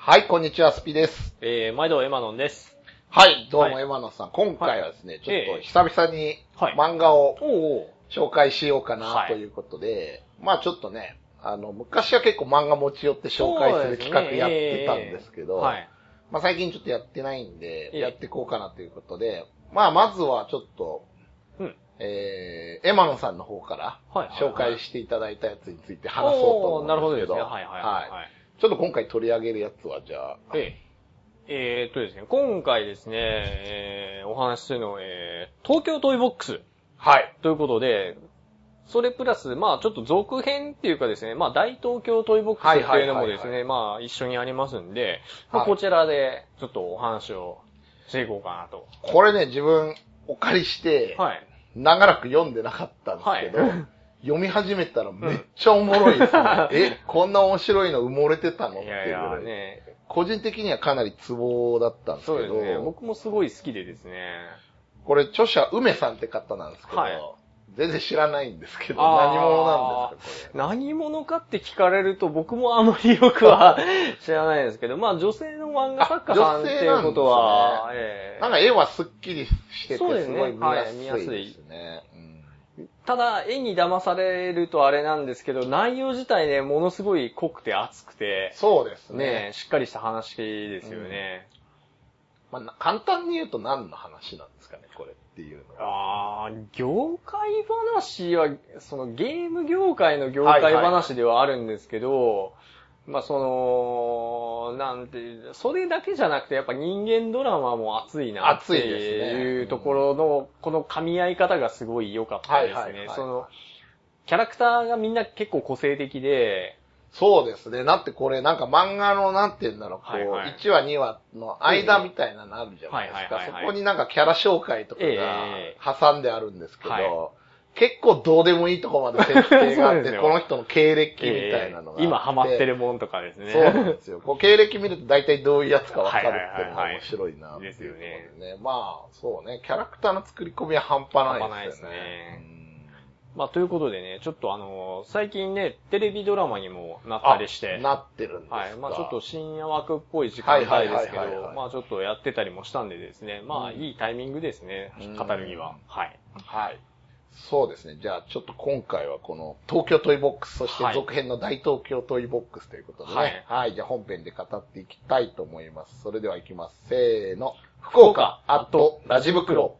はい、こんにちは、スピです。 毎度エマノンです。 はい、どうもエマノンさん。今回はですね、ちょっと久々に漫画を紹介しようかなということで、まあちょっとね、昔は結構漫画持ち寄って紹介する企画やってたんですけど、まあ最近ちょっとやってないんで、やっていこうかなということで、まあまずはちょっと、エマノンさんの方から紹介していただいたやつについて話そうと思うんですけど、 なるほどですね。 ちょっと今回取り上げるやつは、じゃあ。 ですね、今回ですね、お話しするのは、東京トイボックス。 はい。 ということで、それプラス、まあちょっと続編っていうかですね、まあ大東京トイボックスっていうのもですね、まあ一緒にありますんで、まあこちらでちょっとお話をしていこうかなと。 これね、自分お借りして、長らく読んでなかったんですけど、読み始めたらめっちゃおもろいですね。こんな面白いの埋もれてたのっていうぐらい。ね、個人的にはかなりツボだったんですけど。そうですね。 僕もすごい好きでですね。 これ著者梅さんって方なんですけど、全然知らないんですけど、何者なんですかこれ。 何者かって聞かれると僕もあまりよくは知らないですけど、まあ女性の漫画作家さんっていうことは、 なんか絵はスッキリしててすごい見やすいですね。 ただ、絵に騙されるとあれなんですけど、内容自体ね、ものすごい濃くて熱くて。 そうですね。 しっかりした話ですよね。 まあ、簡単に言うと何の話なんですかね、これっていうのは。 業界話は、そのゲーム業界の業界話ではあるんですけど、まあなんていう、それだけじゃなくてやっぱ人間ドラマも熱いなっていうところの、この噛み合い方がすごい良かったですね。キャラクターがみんな結構個性的で、 そうですね。だってこれなんか漫画のなんていうんだろう、こう、1話2話の間みたいなのあるじゃないですか。そこになんかキャラ紹介とかが挟んであるんですけど、結構どうでもいいとこまで設定があって、この人の経歴みたいなのが今ハマってるもんとかですね。 そうなんですよ。こう経歴見ると大体どういうやつかわかるっていうのが面白いなっていうところでね。まあ、そうね。キャラクターの作り込みは半端ないですよね。 まあ、ということでね、ちょっと最近ね、テレビドラマにもなったりして。 なってるんですか。 まあちょっと深夜枠っぽい時間帯ですけど、まあちょっとやってたりもしたんでですね、まあいいタイミングですね、語るには。はい。 そうですね。じゃあちょっと今回はこの東京トイボックス、そして続編の大東京トイボックスということでね。じゃあ本編で語っていきたいと思います。それでは行きます。せーの。福岡ラジ袋。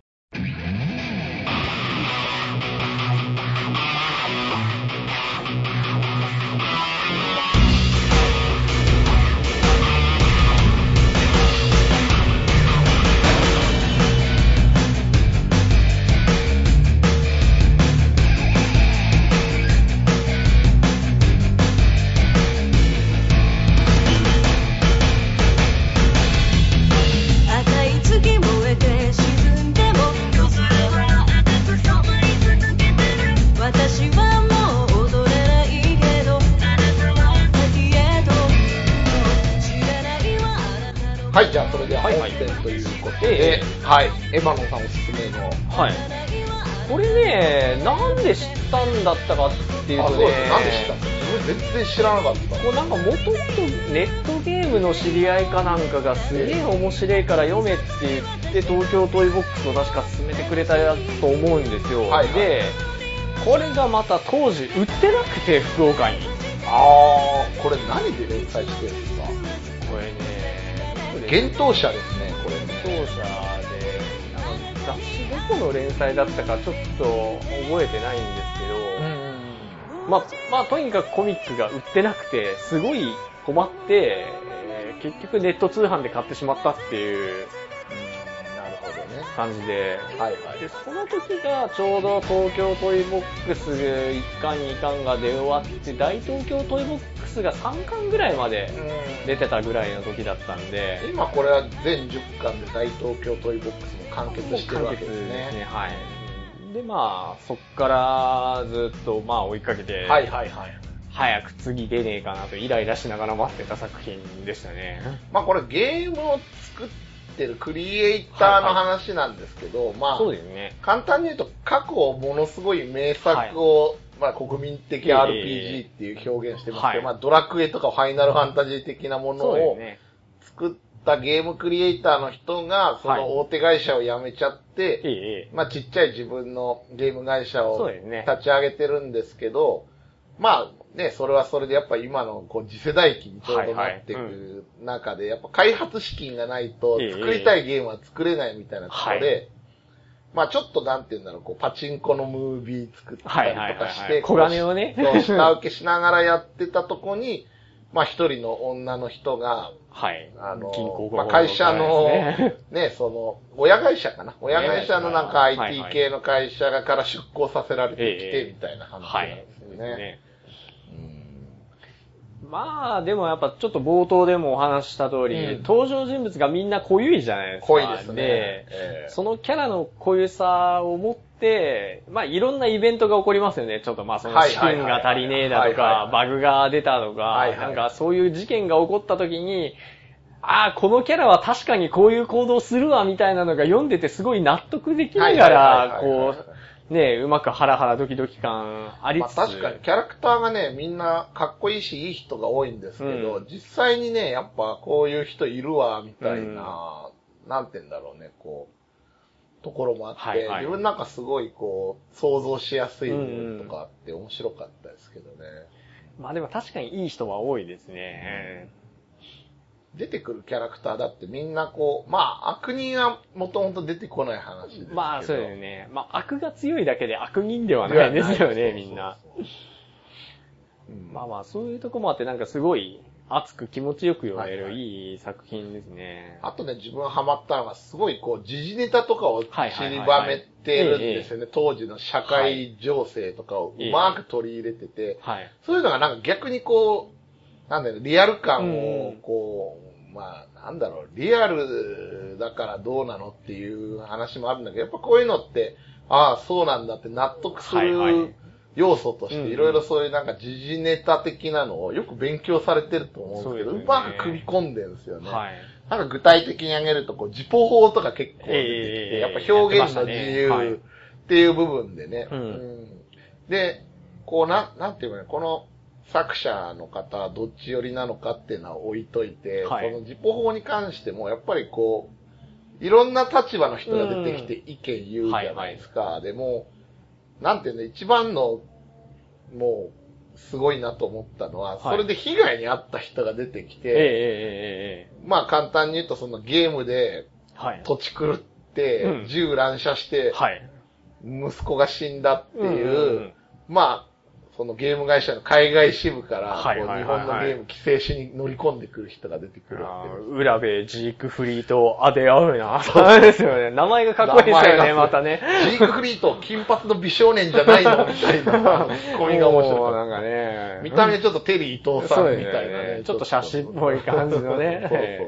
はい、じゃあそれでは本編ということで、エマノンさんおすすめの。 これね、なんで知ったんだったかっていうとね、 なんで知ったんですか？自分全然知らなかった。 こうなんかもともとネットゲームの知り合いかなんかがすげえ面白いから読めって言って東京トイボックスを確か勧めてくれたと思うんですよ。で、これがまた当時売ってなくて福岡に。 これ何で連載してるんですか？ これね、 幻冬舎ですね、これね。 幻冬舎で、雑誌どこの連載だったかちょっと覚えてないんですけど、まあとにかくコミックが売ってなくて、すごい困って、結局ネット通販で買ってしまったっていう感じで、でその時がちょうど東京トイボックス1巻2巻が出終わって、大東京トイボックスが3巻ぐらいまで出てたぐらいの時だったんで、 今これは全10巻で大東京トイボックスも完結してるわけですね。 でまあそっからずっとまあ追いかけて、早く次出ねえかなとイライラしながら待ってた作品でしたね。 まあこれゲームを作ってるクリエイターの話なんですけど、まあそうですね。 簡単に言うと過去ものすごい名作を、まあ国民的 RPG っていう表現してますけど、まあドラクエとかファイナルファンタジー的なものを作ったゲームクリエイターの人が、その大手会社を辞めちゃって、まあちっちゃい自分のゲーム会社を立ち上げてるんですけど、まあね、それはそれでやっぱ今のこう次世代機にちょうどなっていく中で、やっぱ開発資金がないと作りたいゲームは作れないみたいなところで、まあちょっとなんて言うんだろう、こうパチンコのムービー作ったりとかして、 小金をね、 そう下請けしながらやってたとこに、まあ一人の女の人が、 銀行まあ会社の、ね、その、親会社かな。親会社のなんか IT 系の会社から出向させられてきて、みたいな話なんですよね。 まあ、でもやっぱちょっと冒頭でもお話した通り、登場人物がみんな濃ゆいじゃないですか。 濃いですね。 で、そのキャラの濃ゆさを持って、まあいろんなイベントが起こりますよね。ちょっとまあその資金が足りねえだとか、バグが出たとか、なんかそういう事件が起こった時に、ああ、このキャラは確かにこういう行動するわみたいなのが読んでてすごい納得できながら、こう、ね、うまくハラハラドキドキ感ありつつ。 まあ確かにキャラクターがね、みんなかっこいいしいい人が多いんですけど、実際にね、やっぱこういう人いるわ、みたいな、なんて言うんだろうね、こう、ところもあって、自分なんかすごいこう、想像しやすい部分とかあって面白かったですけどね。 まあでも確かにいい人は多いですね。 出てくるキャラクターだってみんなこう、まあ悪人はもともと出てこない話ですけど。 まあそうですね。まあ悪が強いだけで悪人ではないですよね、みんな。まあまあそういうとこもあってなんかすごい熱く気持ちよく読めるいい作品ですね。 あとね、自分ハマったのがすごいこう時事ネタとかを散りばめてるんですよね。当時の社会情勢とかをうまく取り入れてて、そういうのがなんか逆にこう、なんだろう、リアル感を、こう、まあ、なんだろう、リアルだからどうなのっていう話もあるんだけど、やっぱこういうのって、ああ、そうなんだって納得する要素として、いろいろそういうなんか時事ネタ的なのをよく勉強されてると思うんですけど、うまく組み込んでるんですよね。なんか具体的に挙げると、こう、自歩法とか結構出てきて、やっぱ表現の自由っていう部分でね。で、こうなんていうかね、この、作者の方はどっち寄りなのかっていうのは置いといて、その自歩法に関してもやっぱりこう、いろんな立場の人が出てきて意見言うじゃないですか。でも、なんていうの、一番の、もう、すごいなと思ったのは、それで被害に遭った人が出てきて、まあ簡単に言うとそのゲームで、土地狂って、銃乱射して、息子が死んだっていう、まあ、そのゲーム会社の海外支部から、日本のゲーム規制しに乗り込んでくる人が出てくるわけです。 浦部ジークフリートアデアウな。そうですよね。名前がかっこいいですよね、またね。 ジークフリート、金髪の美少年じゃないのみたいな、コミが面白い。 なんかね。 見た目ちょっとテリー伊藤さんみたいなね。 ちょっと写真っぽい感じのね。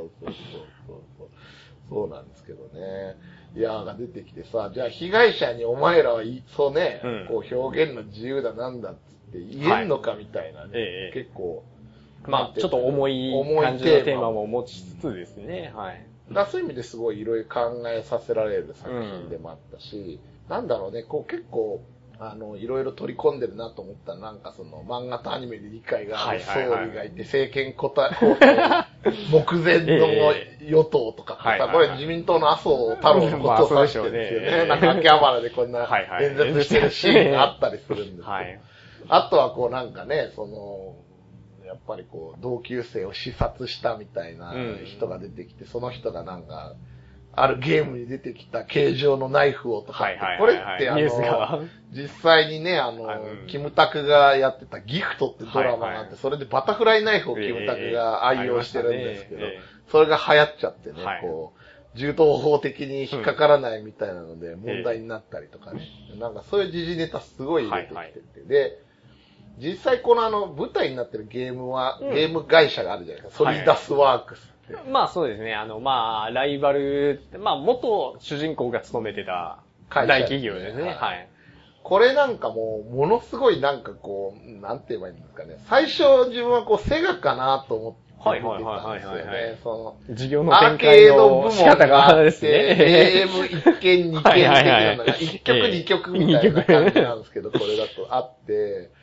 そうなんですけどね。いやーが出てきてさ、じゃあ被害者にお前らはそうね、こう表現の自由だなんだって言えんのかみたいなね、結構。 まあちょっと重い感じのテーマも持ちつつですね。 そういう意味ですごいいろいろ考えさせられる作品でもあったし、なんだろうね、こう結構、いろいろ取り込んでるなと思ったら、なんかその漫画とアニメで理解がある総理がいて、政権交代目前の与党とかさ、これ自民党の麻生太郎のことを指してるんですよね。なんか秋葉原でこんな演説してるシーンがあったりするんですけど。あとはこうなんかね、その、やっぱりこう同級生を視察したみたいな人が出てきて、その人がなんか、あるゲームに出てきた形状のナイフをとかって、これって実際にね、キムタクがやってたギフトってドラマがあって、それでバタフライナイフをキムタクが愛用してるんですけど、それが流行っちゃってね、こう、銃刀法的に引っかからないみたいなので問題になったりとかね、なんかそういう時事ネタすごい入れてきてて、で、実際この舞台になってるゲームは、ゲーム会社があるじゃないですか、ソリダスワークス。 まあそうですね。まあ、ライバル、まあ元主人公が勤めてた大企業ですね。 これなんかもう、ものすごいなんかこう、なんて言えばいいんですかね。最初自分はこう、セガかなと思って見てたんですよね。その、 事業の展開の仕方がですね。 AM1 件2件的なのが、1曲2曲みたいな感じなんですけど、これだとあって、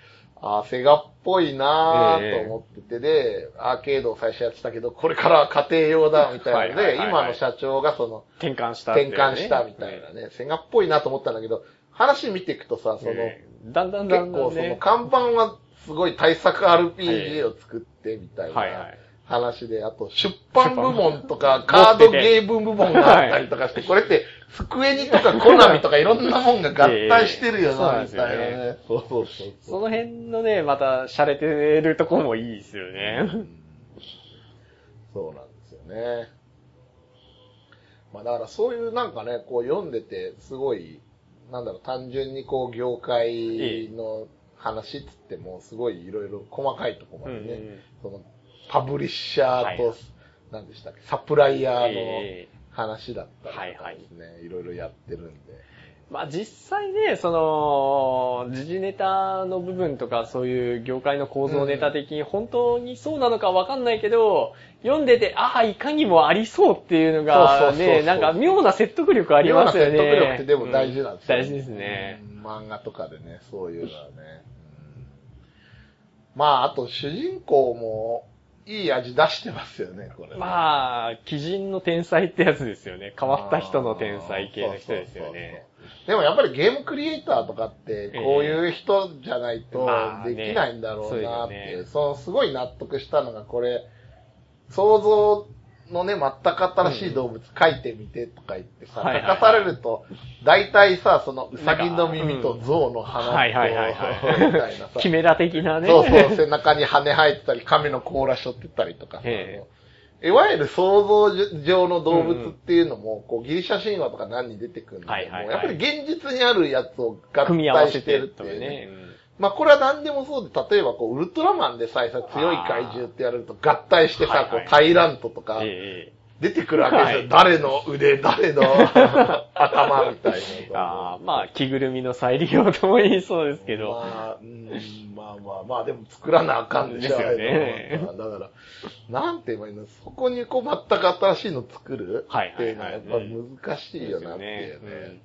セガっぽいなぁと思ってて、で、アーケードを最初やってたけど、これからは家庭用だみたいなので、今の社長が転換したみたいなね、セガっぽいなと思ったんだけど、話見ていくとさ、 だんだん結構看板はすごい対策 RPG を作ってみたいな話で、あと出版部門とかカードゲーム部門があったりとかして、これってスクエニとかコナミとかいろんなもんが合体してるよな、みたいなね。そう。 その辺のね、また洒落てるとこもいいですよね。 そうなんですよね。まあだからそういうなんかね、こう読んでてすごい、単純にこう業界の話っつってもすごいいろいろ細かいところまでね、パブリッシャーと、何でしたっけ、サプライヤーの話だったりとかですね、いろいろやってるんで。 まあ実際ね、時事ネタの部分とかそういう業界の構造ネタ的に本当にそうなのかわかんないけど、読んでて、いかにもありそうっていうのがね、なんか妙な説得力ありますよね。 妙な説得力ってでも大事なんですよ、 大事ですね。 漫画とかでね、そういうのはね。まあ、あと主人公もいい味出してますよね、これ、ね。 まあ、鬼人の天才ってやつですよね。変わった人の天才系の人ですよね。 でもやっぱりゲームクリエイターとかって、こういう人じゃないとできないんだろうなって、すごい納得したのが、これ、想像のね、全く新しい動物描いてみてとか言ってさ、描かされると、大体さ、ウサギの耳と象の鼻と、みたいなさ。 キメラ的なね。 そう、背中に羽生えてたり、亀の甲羅しょってたりとかさ。いわゆる想像上の動物っていうのも、こうギリシャ神話とか何に出てくるのも、やっぱり現実にあるやつを合体してるっていうね。まあこれは何でもそうで、例えばウルトラマンでさえさ、強い怪獣ってやると合体してさ、タイラントとか出てくるわけですよ。誰の腕、誰の頭みたいな。 まあ着ぐるみの再利用とも言いそうですけど。 まあでも作らなあかんでしょ。ですよね。だから、なんて言えばいいの、そこに全く新しいの作るっていうのはやっぱ難しいよなっていうね。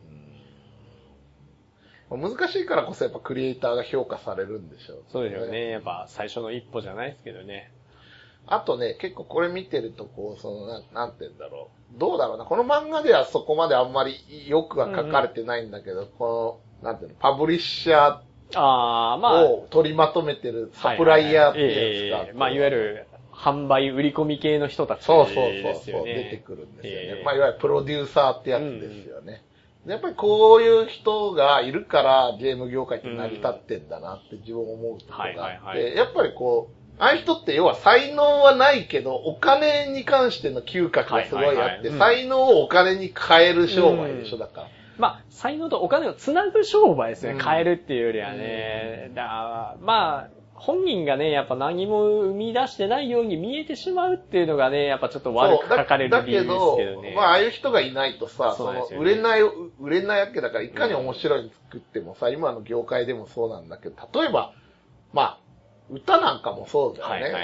難しいからこそやっぱクリエイターが評価されるんでしょう。 そうですよね。やっぱ最初の一歩じゃないですけどね。 あとね、結構これ見てるとなんて言うんだろう。どうだろうな。この漫画ではそこまであんまりよくは書かれてないんだけど、なんていうの、パブリッシャーを取りまとめてるサプライヤーっていうやつが。 まあいわゆる販売売り込み系の人たちですよね。 そう、出てくるんですよね。まあいわゆるプロデューサーってやつですよね。やっぱりこういう人がいるからゲーム業界って成り立ってんだなって自分思うところがあって、やっぱりああいう人って要は才能はないけど、お金に関しての嗅覚がすごいあって、才能をお金に変える商売でしょ、だから。 まあ、才能とお金をつなぐ商売ですね。変えるっていうよりはね。まあ、本人がね、やっぱ何も生み出してないように見えてしまうっていうのがね、やっぱちょっと悪く書かれる理由ですけどね。 まあ、ああいう人がいないとさ、売れないわけだから、いかに面白いの作ってもさ、今の業界でもそうなんだけど、例えば、まあ、歌なんかもそうだよね。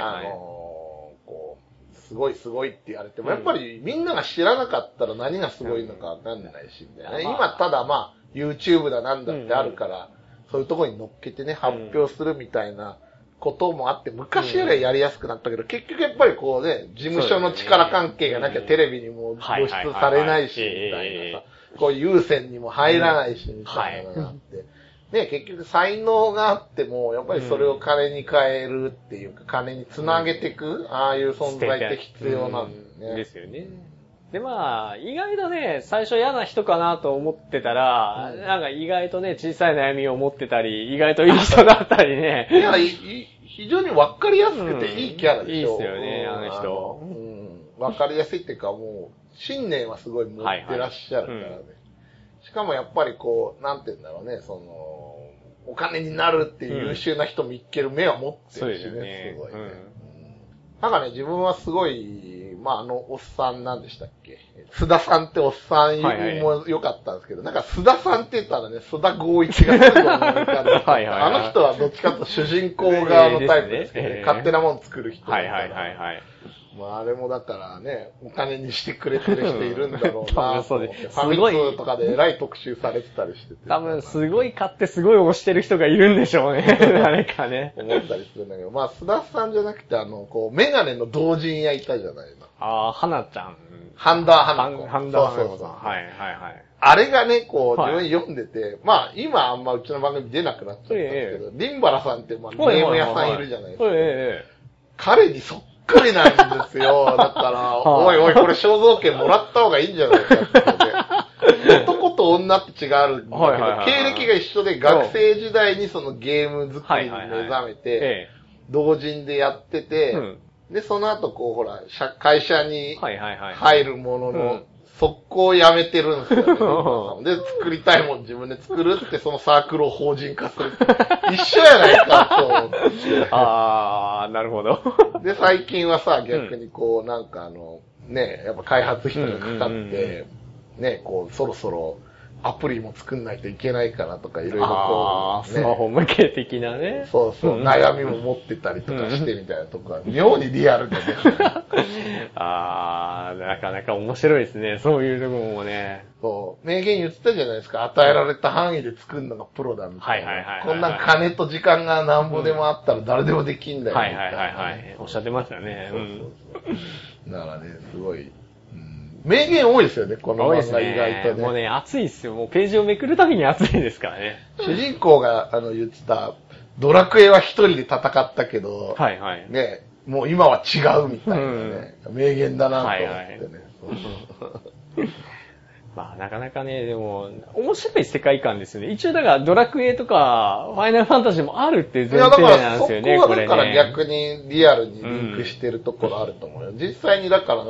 すごいって言われても、やっぱりみんなが知らなかったら何がすごいのかわかんないし、みたいなね。今ただまあ、YouTube だなんだってあるから、そういうところに乗っけてね、発表するみたいなこともあって、昔よりはやりやすくなったけど、結局やっぱりこうね、事務所の力関係がなきゃテレビにも露出されないし、みたいなさ、こういう優先にも入らないし、みたいなのがあって。ね、結局才能があっても、やっぱりそれを金に変えるっていうか、金につなげていく、ああいう存在って必要なんだよね。 ですよね。で、まあ、意外とね、最初嫌な人かなと思ってたら、なんか意外とね、小さい悩みを持ってたり、意外といい人だったりね。 いや、非常にわかりやすくていいキャラでしょ。 いいですよね、あの人。 わかりやすいっていうか、もう、信念はすごい持ってらっしゃるからね。しかもやっぱりなんて言うんだろうね、お金になるっていう優秀な人見っける目は持ってるしね、すごいね。なんかね、自分はすごい、 おっさんなんでしたっけ？須田さんっておっさんも良かったんですけど、なんか須田さんって言ったらね、須田剛一がすぐ思い浮かんであの人はどっちかというと主人公側のタイプですけどね、勝手なもの作る人だから。あれもだからね、お金にしてくれてる人いるんだろうなと思って。ファミ通とかで偉い特集されてたりしてて。 多分すごい買ってすごい推してる人がいるんでしょうね。誰かね。 思ったりするんだけど、須田さんじゃなくてメガネの同人屋いたじゃないの。 花ちゃん。 半田花子。 そう。はい。 あれがね、自分読んでて、今あんまうちの番組出なくなっちゃったんですけど、リンバラさんってゲーム屋さんいるじゃないですか。彼にそっくりなんですよ。だから、おい、これ肖像権もらった方がいいんじゃないかってことで。男と女って違うんだけど、経歴が一緒で学生時代にそのゲーム作りに目覚めて、同人でやってて、で、その後会社に入るものの、速攻やめてるんですよね。で、作りたいもん自分で作るってそのサークルを法人化する。一緒やないかと思って。 なるほど。 で、最近はさ、逆にやっぱ開発費がかかって、そろそろアプリも作んないといけないかなとかいろいろスマホ向け的なね。 そう、悩みも持ってたりとかしてみたいなとこは、妙にリアルでね。 なかなか面白いですね。そういうところもね。 そう。名言言ってたじゃないですか。与えられた範囲で作るのがプロだみたいな。こんな金と時間がなんぼでもあったら誰でもできんだよ。 おっしゃってましたね。 だからね、すごい。名言多いですよね、この漫画意外とね。 もうね、熱いっすよ。もうページをめくるたびに熱いですからね。 主人公が言ってた、ドラクエは一人で戦ったけど、ね、もう今は違うみたいなね、名言だなと思ってね。 なかなかね、でも、面白い世界観ですよね。一応だからドラクエとか、ファイナルファンタジーもあるっていう前提なんですよね、これね。 だから逆にリアルにリンクしてるところあると思うよ。実際にだから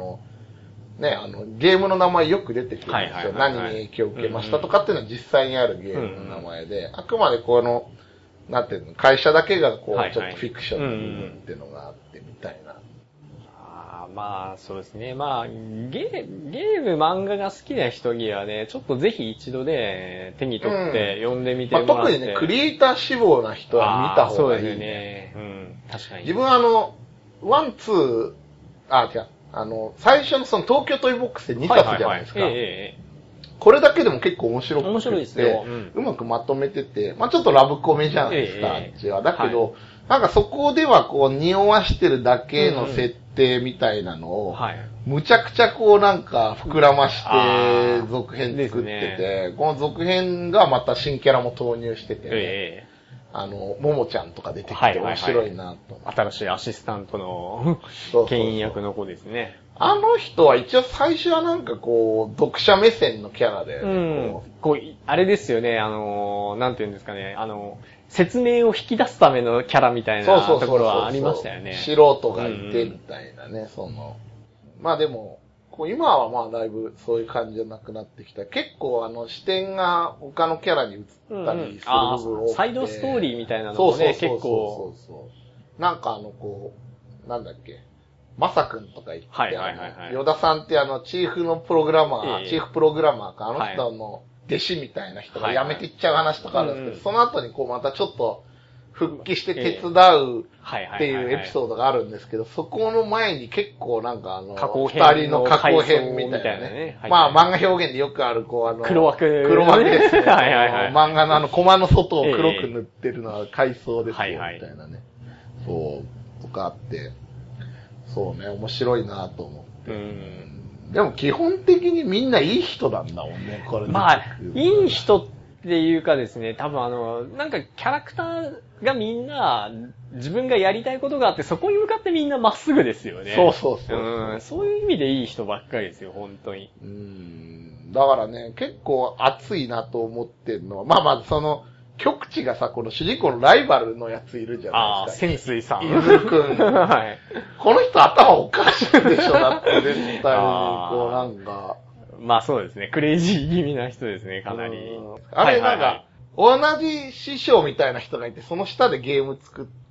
ゲームの名前よく出てくるんですよ。何に影響を受けましたとかっていうのは実際にあるゲームの名前で、あくまでなんていうの、会社だけがちょっとフィクションの部分っていうのがあってみたいな。 そうですね。ゲーム漫画が好きな人にはね、ちょっとぜひ一度ね、手に取って読んでみてもらって。 特にね、クリエイター志望な人は見た方がいい。 そうですね。確かに。 自分ワン、ツー、最初のその東京トイボックスで2冊じゃないですか。これだけでも結構面白くて。 面白いですよ。 うまくまとめてて、ちょっとラブコメじゃないですか、あっちは。だけど、なんかそこでは匂わしてるだけの設定みたいなのを、むちゃくちゃなんか膨らまして続編作ってて、この続編がまた新キャラも投入してて、ももちゃんとか出てきて面白いなと。 新しいアシスタントの牽引役の子ですね。 あの人は一応最初はなんか読者目線のキャラで、 あれですよね、なんていうんですかね、説明を引き出すためのキャラみたいなところはありましたよね。 素人がいてみたいなね、でも、今はだいぶそういう感じじゃなくなってきた。結構視点が他のキャラに移ったりする部分を、 サイドストーリーみたいなのもね、結構。 なんかなんだっけ、まさくんとか言って、与田さんってチーフプログラマーか、あの人の弟子みたいな人が辞めていっちゃう話とかあるんですけど、その後にまたちょっと復帰して手伝うっていうエピソードがあるんですけど、そこの前に結構なんか二人の過去編みたいなね。漫画表現でよくある黒枠ですね。漫画のコマの外を黒く塗ってるのは回想ですよ、みたいなね。とかあって、そうね、面白いなと思って。でも基本的にみんないい人なんだもんね、これ。 いい人っていうかですね、多分なんかキャラクターがみんな自分がやりたいことがあって、そこに向かってみんなまっすぐですよね。そういう意味でいい人ばっかりですよ、本当に。 だからね、結構熱いなと思ってるのは、極地がさ、この主人公のライバルのやついるじゃないですか。 潜水さん。 伊豆くん。この人頭おかしいでしょ、だって絶対に、なんか。 そうですね。クレイジー気味な人ですね、かなり。 あれなんか、同じ師匠みたいな人がいて、その下でゲーム作って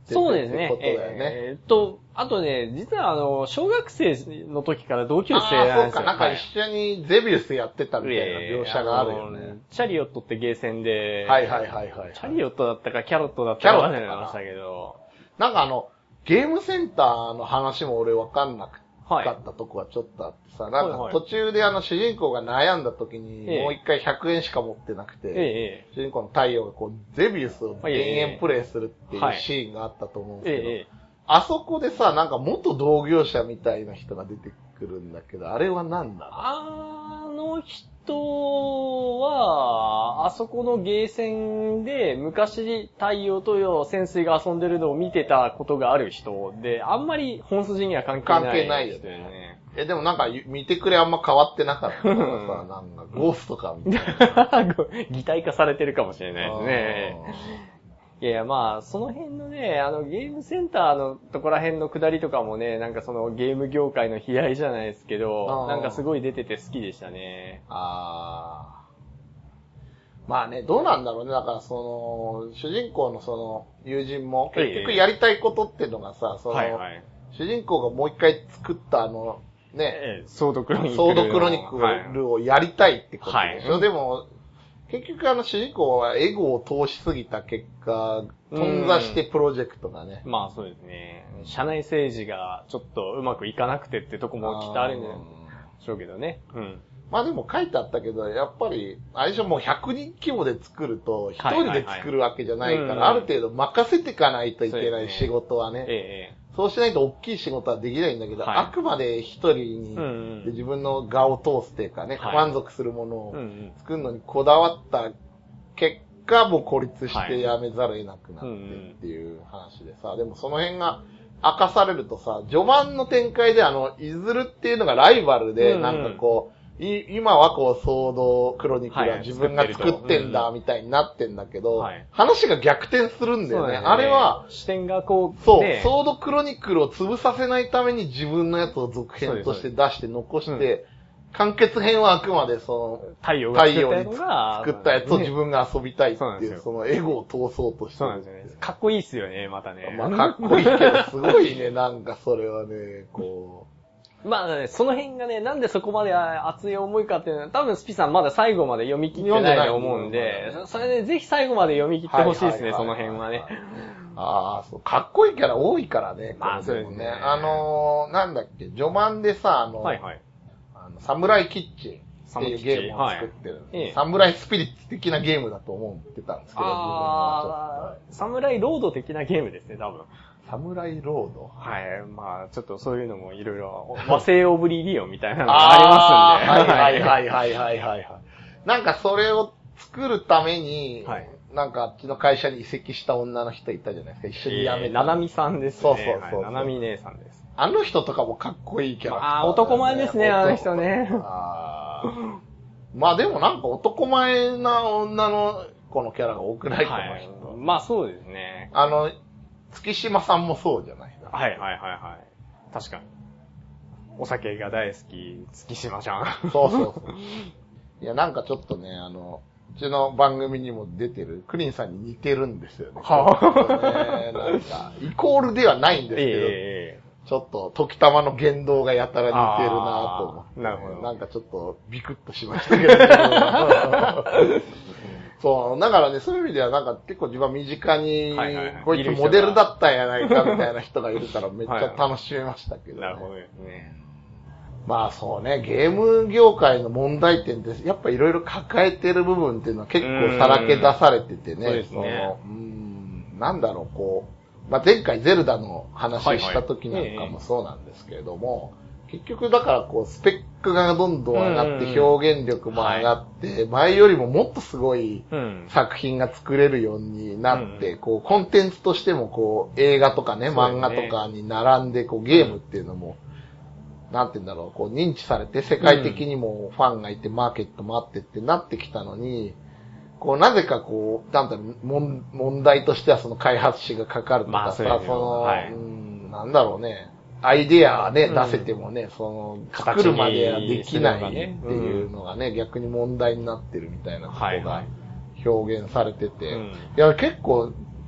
ってたってことだよね。 あとね、実は小学生の時から同級生なんですよ。 そうか、なんか一緒にゼビウスやってたみたいな描写があるよね。 チャリオットってゲーセンで、 はい。チャリオットだったかキャロットだったか忘れましたけど。 なんかゲームセンターの話も俺わかんなかったとこがちょっとあってさ、なんか途中で主人公が悩んだ時にもう一回100円しか持ってなくて、主人公の太陽がゼビウスを延々プレイするっていうシーンがあったと思うんですけど、あそこでさ、なんか元同業者みたいな人が出てくるんだけど、あれは何なの？ あの人は、あそこのゲーセンで昔太陽と潜水が遊んでるのを見てたことがある人で、あんまり本筋には関係ないですよね。 でもなんか見てくれあんま変わってなかったからさ、なんかゴーストかみたいな。 擬態化されてるかもしれないですね。いや、まあ、その辺のね、ゲームセンターのとこら辺の下りとかもね、なんかそのゲーム業界の悲哀じゃないですけど、なんかすごい出てて好きでしたね。 まあね、どうなんだろうね。だから主人公の友人も、結局やりたいことっていうのがさ、主人公がもう一回作ったね、 ソードクロニクルをやりたいってことでしょ。でも、結局主人公はエゴを通しすぎた結果、頓挫してプロジェクトがね。 まあそうですね。社内政治がちょっとうまくいかなくてってとこもきっとあるんでしょうけどね。 まあでも書いてあったけど、やっぱり、あれでしょ、もう100人規模で作ると、1人で作るわけじゃないから、ある程度任せていかないといけない仕事はね。そうしないと大きい仕事はできないんだけど、あくまで一人に、で自分の我を通すっていうかね、満足するものを作るのにこだわった結果、もう孤立してやめざるを得なくなってっていう話でさ、でもその辺が明かされるとさ、序盤の展開でイズルっていうのがライバルで、なんか今はソードクロニクルは自分が作ってんだみたいになってんだけど、話が逆転するんだよね。あれは、 視点がそう、 ソードクロニクルを潰させないために自分のやつを続編として出して残して、完結編はあくまで太陽に作ったやつを自分が遊びたいっていう、そのエゴを通そうとして。 そうなんですよね。かっこいいっすよね、またね。 まあかっこいいけど、すごいね、なんかそれはね、 まあね、その辺がね、なんでそこまで熱い思いかっていうのは、多分スピさんまだ最後まで読み切ってないと思うんで、それでぜひ最後まで読み切ってほしいですね、その辺はね。 そう、かっこいいキャラ多いからね。 まあそうですね。 なんだっけ、序盤でさ、サムライキッチンっていうゲームを作ってる。サムライスピリッツ的なゲームだと思ってたんですけど、 サムライロード的なゲームですね、多分。 サムライロード？ はい。まあ、ちょっとそういうのもいろいろ、和製オブリビオンみたいなのがありますんで。 はい。なんかそれを作るために、なんかあっちの会社に移籍した女の人いたじゃないですか。一緒に辞めた。 ななみさんですね。そう。ななみ姉さんです。 あの人とかもかっこいいキャラクター、 男前ですね、あの人ね。 まあでもなんか男前な女の子のキャラが多くないかもしれない。 まあそうですね。 月島さんもそうじゃないですか。 はい。確かに。お酒が大好き、月島ちゃん。 そう。いや、なんかちょっとね、うちの番組にも出てる、クリンさんに似てるんですよね。なんか、イコールではないんですけど、ちょっと、時たまの言動がやたら似てるなと思って、 なるほど。 なんかちょっと、ビクッとしましたけど。そう、だからね、そういう意味ではなんか結構自分は身近に、こいつモデルだったんやないかみたいな人がいるからめっちゃ楽しめましたけど、 なるほどですね。 まあそうね、ゲーム業界の問題点ってやっぱいろいろ抱えてる部分っていうのは結構さらけ出されててね、 そうですね。 なんだろう、前回ゼルダの話した時なんかもそうなんですけれども、結局だからスペックがどんどん上がって表現力も上がって、前よりももっとすごい作品が作れるようになって、コンテンツとしても映画とかね、漫画とかに並んでゲームっていうのも、なんて言うんだろう、認知されて世界的にもファンがいてマーケットもあってってなってきたのに、なぜかなんていうの、問題としてはその開発費がかかるとかさ、なんだろうね、アイデアはね、出せてもね、作るまではできないっていうのがね、逆に問題になってるみたいなことが表現されてて、いや、結構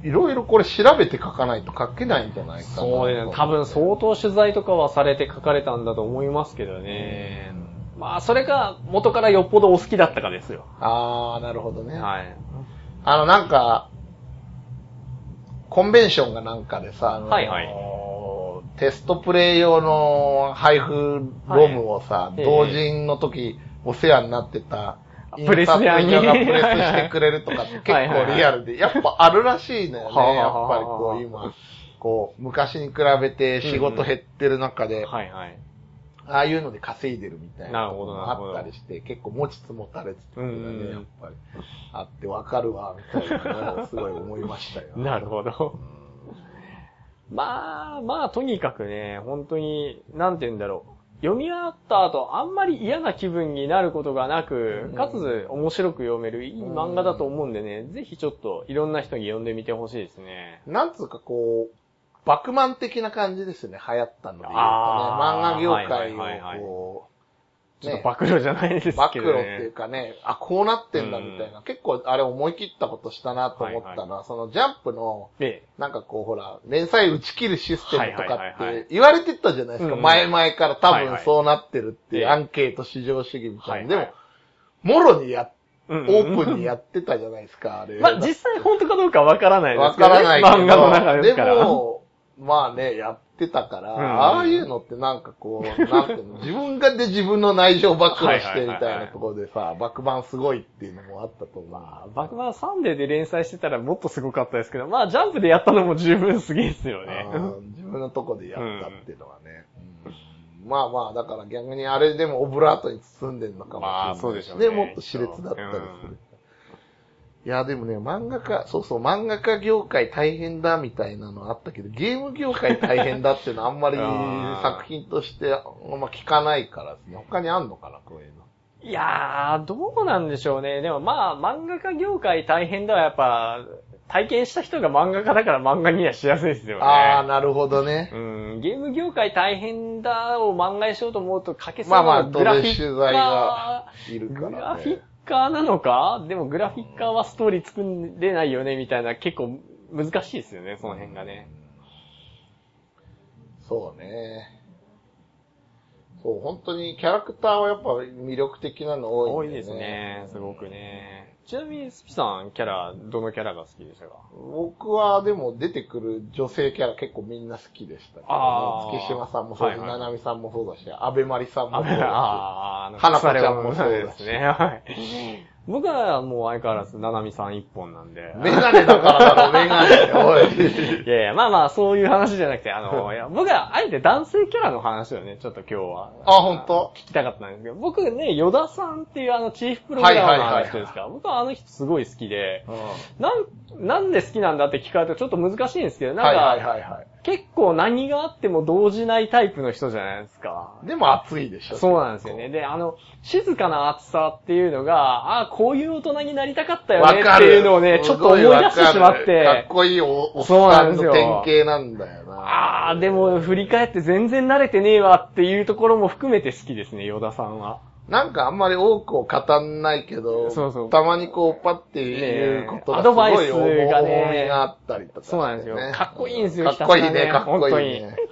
いろいろこれ調べて書かないと書けないんじゃないかな。 そうね。多分相当取材とかはされて書かれたんだと思いますけどね。まあ、それが元からよっぽどお好きだったかですよ。 あー、なるほどね。 はい。 なんか、コンベンションがなんかでさ、 はいはい。 テストプレイ用の配布ロムをさ、はい、同人の時お世話になってた、 プレス屋に。 がプレスしてくれるとかって結構リアルで、やっぱあるらしいのよね。やっぱりこう今、こう、昔に比べて仕事減ってる中で、はいはい。ああいうので稼いでるみたいなのがあったりして、結構持ちつ持たれつっていうのがね、やっぱりあってわかるわ、みたいなのをすごい思いましたよ。 なるほど。まあ、とにかくね、本当に、なんて言うんだろう。読み終わった後、あんまり嫌な気分になることがなく、かつ面白く読めるいい漫画だと思うんでね、ぜひちょっといろんな人に読んでみてほしいですね。 なんつうかこう、バクマン的な感じですよね、流行ったので言うとね。漫画業界をこう、 ちょっと暴露じゃないですけどね。 暴露っていうかね、あ、こうなってんだみたいな。結構あれ思い切ったことしたなと思ったのは、そのジャンプの、なんかこうほら、連載打ち切るシステムとかって言われてたじゃないですか。前々から多分そうなってるっていうアンケート至上主義みたいな。でも、もろにオープンにやってたじゃないですか、あれ。 まあ実際本当かどうかわからないですけどね。 わからないけど。 漫画の中ですから。 でも、まあね、やってたから、ああいうのってなんかこう、なんていうの、自分がで自分の内情暴露してみたいなところでさ、バクマンすごいっていうのもあったと思う。 まあ、バクマンサンデーで連載してたらもっとすごかったですけど、まあジャンプでやったのも十分すげえですよね。 自分のとこでやったっていうのはね。まあまあ、だから逆にあれでもオブラートに包んでるのかもしれない。まあそうでしょうね。で、もっと熾烈だったりする。いや、でもね、漫画家業界大変だみたいなのあったけど、ゲーム業界大変だっていうのはあんまり作品として聞かないからですね。他にあんのかな、こういうの。 いやー、どうなんでしょうね。でもまあ、漫画家業界大変だはやっぱ、体験した人が漫画家だから漫画にはしやすいですよね。 ああ、なるほどね。 ゲーム業界大変だを漫画にしようと思うと書けそうなグラフィッカーがいるからね。グラフィッカーなのか？でもグラフィッカーはストーリー作れないよねみたいな結構難しいですよね、その辺がね。 そうね。そう、本当にキャラクターはやっぱ魅力的なの多いんでね。 多いですね、すごくね。ちなみにスピさんどのキャラが好きでしたか？ 僕はでも出てくる女性キャラ結構みんな好きでしたけど、ね、月島さんもそうだし、ななみさんもそうだし、安倍まりさんもそうだし、花子ちゃんもそうですね。はい。 僕はもう相変わらず、ななみさん一本なんで。 メガネだからだろ、メガネ。おい。 いやいや、まあまあ、そういう話じゃなくて、僕はあえて男性キャラの話をね、ちょっと今日は。 あ、本当？ 聞きたかったんですけど、僕ね、ヨダさんっていうチーフプログラマーの人ですから、僕はあの人すごい好きで、なんで好きなんだって聞かれるとちょっと難しいんですけど、なんか、結構何があっても動じないタイプの人じゃないですか。 でも熱いでしょ。 そうなんですよね。で、静かな熱さっていうのが、こういう大人になりたかったよねっていうのをね、ちょっと思い出してしまって。 かっこいいおっさんの典型なんだよな。 でも振り返って全然慣れてねえわっていうところも含めて好きですね、ヨダさんは。 なんかあんまり多くを語んないけど、たまにこうパッて言うことがすごい重みがあったりとか、 そうなんですよ。かっこいいんですよ、 かっこいいね、かっこいいね。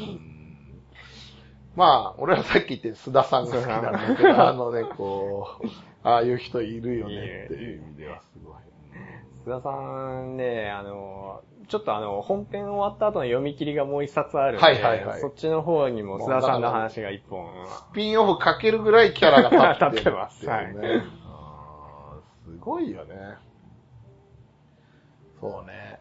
まあ、俺はさっき言って須田さんが好きなんだけど、こう、ああいう人いるよねっていう意味ではすごい。 須田さんね、ちょっと本編終わった後の読み切りがもう一冊あるんで、そっちの方にも須田さんの話が一本。 スピンオフかけるぐらいキャラが立ってます、ね。はい。すごいよね。そうね。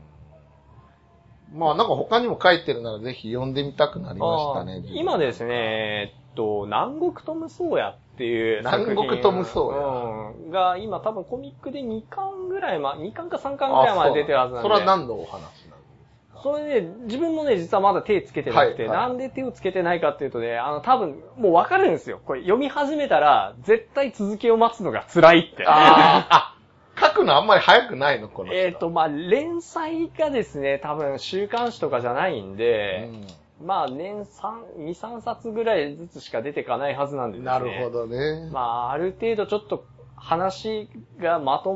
まあなんか他にも書いてるならぜひ読んでみたくなりましたね。 今ですね、南国トムソーヤっていう作品。 南国トムソーヤ、が今多分コミックで2巻ぐらい2巻か3巻ぐらいまで出てるはずなんで。 それは何のお話なんですか？ それで、自分もね、実はまだ手つけてなくて、なんで手をつけてないかっていうとね、多分、もうわかるんですよ。これ読み始めたら、絶対続きを待つのが辛いって。 書くのあんまり早くないのこの人。 まあ、連載がですね、多分週刊誌とかじゃないんで、まあ、年2、3冊ぐらいずつしか出てかないはずなんですね。 なるほどね。 まあ、ある程度ちょっと話がまとまっ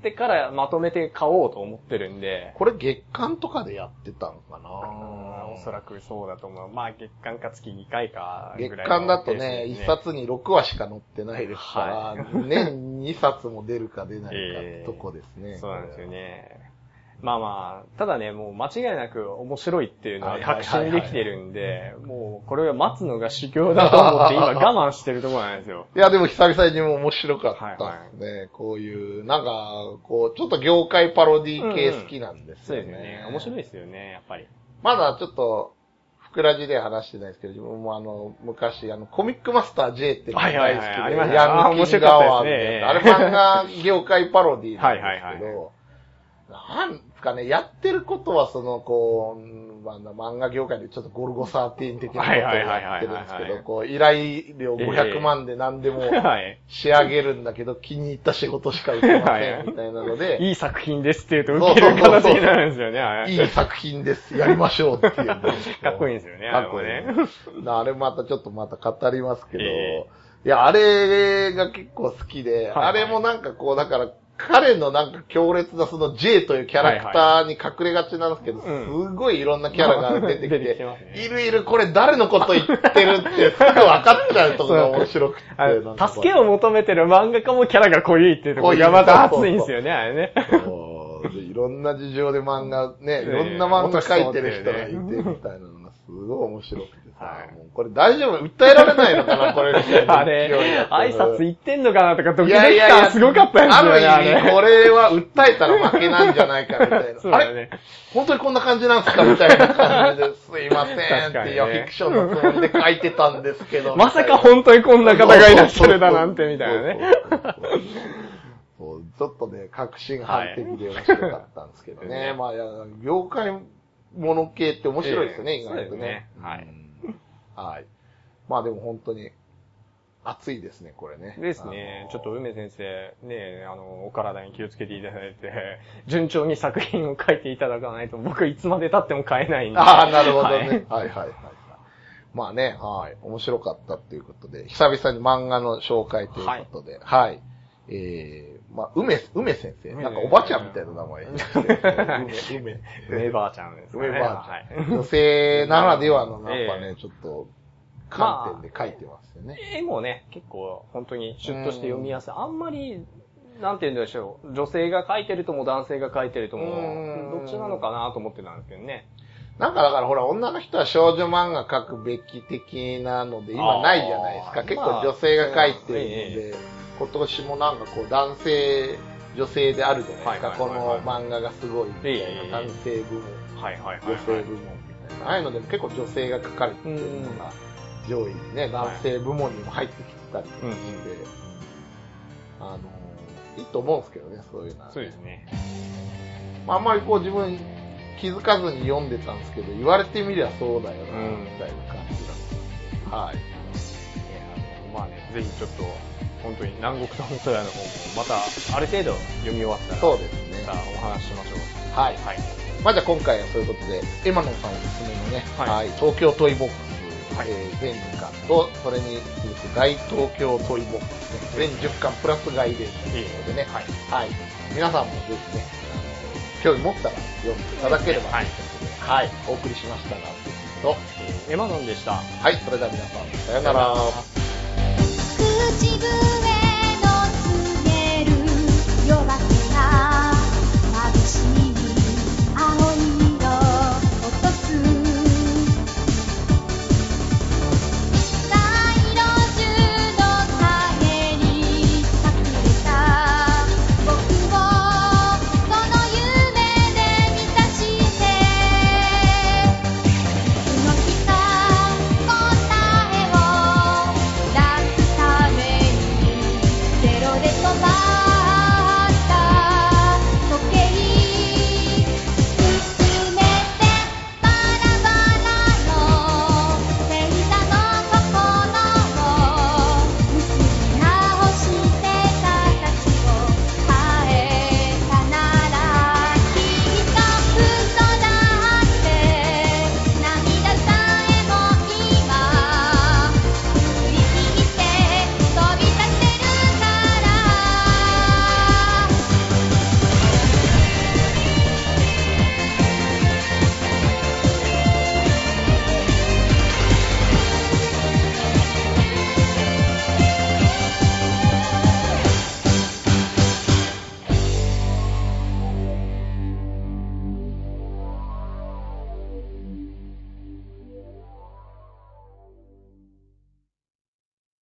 ってからまとめて買おうと思ってるんで。 これ月間とかでやってたのかな？ おそらくそうだと思う。まあ月間か月2回かぐらい、 月間だとね、1冊に6話しか載ってないですから、はい、年2冊も出るか出ないかってとこですね。 そうなんですよね。まあまあ、ただね、もう間違いなく面白いっていうのは確信できてるんで、もうこれを待つのが修行だと思って今我慢してるところなんですよ。 いやでも久々にも面白かったですね。はいはい、こういう、なんか、こう、ちょっと業界パロディ系好きなんですよね。 そうですよね。面白いですよね、やっぱり。 まだちょっと、ふくらじで話してないですけど、自分も昔、コミックマスター J っていうのが大好きで、ヤングキングアワーで、あれ漫画業界パロディなんですけど、なんですかね、やってることはこう、漫画業界でちょっとゴルゴ13的なことをやってるんですけど、こう、依頼料500万で何でも仕上げるんだけど、気に入った仕事しか受けませんみたいなので、 いい作品ですって言うと受ける形になるんですよね。 いい作品です、やりましょうっていう。かっこいいんですよね、 かっこいい。あれまたちょっとまた語りますけど、いや、あれが結構好きで、あれもなんかこう、だから、彼のなんか強烈なその J というキャラクターに隠れがちなんですけど、すごいいろんなキャラが出てきて、いるこれ誰のこと言ってるってすぐ分かっちゃうところが面白くて。 助けを求めてる漫画家もキャラが濃いっていうところがまた熱いんですよね、あれね。 いろんな事情で漫画、ね、いろんな漫画描いてる人がいてみたいなのがすごい面白くてさ、もうこれ大丈夫訴えられないのかなこれみたいな。 あれ、挨拶言ってんのかなとかドキドキ感すごかったですよね。 ある意味これは訴えたら負けなんじゃないかみたいな。あれ本当にこんな感じなんですかみたいな感じで、すいませんって、いや、フィクションのつもりで書いてたんですけど。 まさか本当にこんな方がいらっしゃるだなんてみたいなね。 ちょっとね、確信犯的で面白かったんですけどね。まあ、業界もの系って面白いですよね、意外とね。 はい。 はい。まあでも本当に、熱いですね、これね。 ですね。ちょっと梅先生、ね、お体に気をつけていただいて、順調に作品を書いていただかないと、僕いつまで経っても買えないんで。 ああ、なるほどね。はいはい。まあね、はい。面白かったっていうことで、久々に漫画の紹介ということで、はい。まあ、梅先生。なんかおばちゃんみたいな名前。 梅ばあちゃんですね。 梅ばあちゃん。女性ならではの、やっぱね、ちょっと、観点で書いてますよね。 絵もね、結構本当にシュッとして読みやすい。あんまり、なんて言うんでしょう。女性が書いてるとも男性が書いてるとも、どっちなのかなと思ってたんですけどね。 なんかだからほら、女の人は少女漫画描くべき的なので、今ないじゃないですか。結構女性が描いてるので、今年もなんかこう男性、女性であるじゃないですか。この漫画がすごいみたいな、男性部門、女性部門みたいな。ああいうのでも結構女性が描かれてるのが上位にね、男性部門にも入ってきてたりとかして、いいと思うんですけどね、そういうのは、ね。 そうですね。 まあ、あんまりこう自分気づかずに読んでたんですけど、言われてみりゃそうだよな、みたいな感じだった。はい。 まあね、ぜひちょっと、本当に南国と元屋の方も、またある程度読み終わったら、 そうですね。 またお話ししましょう。 はい。はい。まあじゃあ今回はそういうことで、エマノンさんおすすめのね、はい。東京トイボックス、はい、全2巻と、それに続く大東京トイボックスね、全10巻プラスガイデンということでね、はい。はい。皆さんもぜひね、興味持ったら読んでいただければということで、はい。お送りしましたが、と、 エマノンでした。 はい。それでは皆さん、さよなら。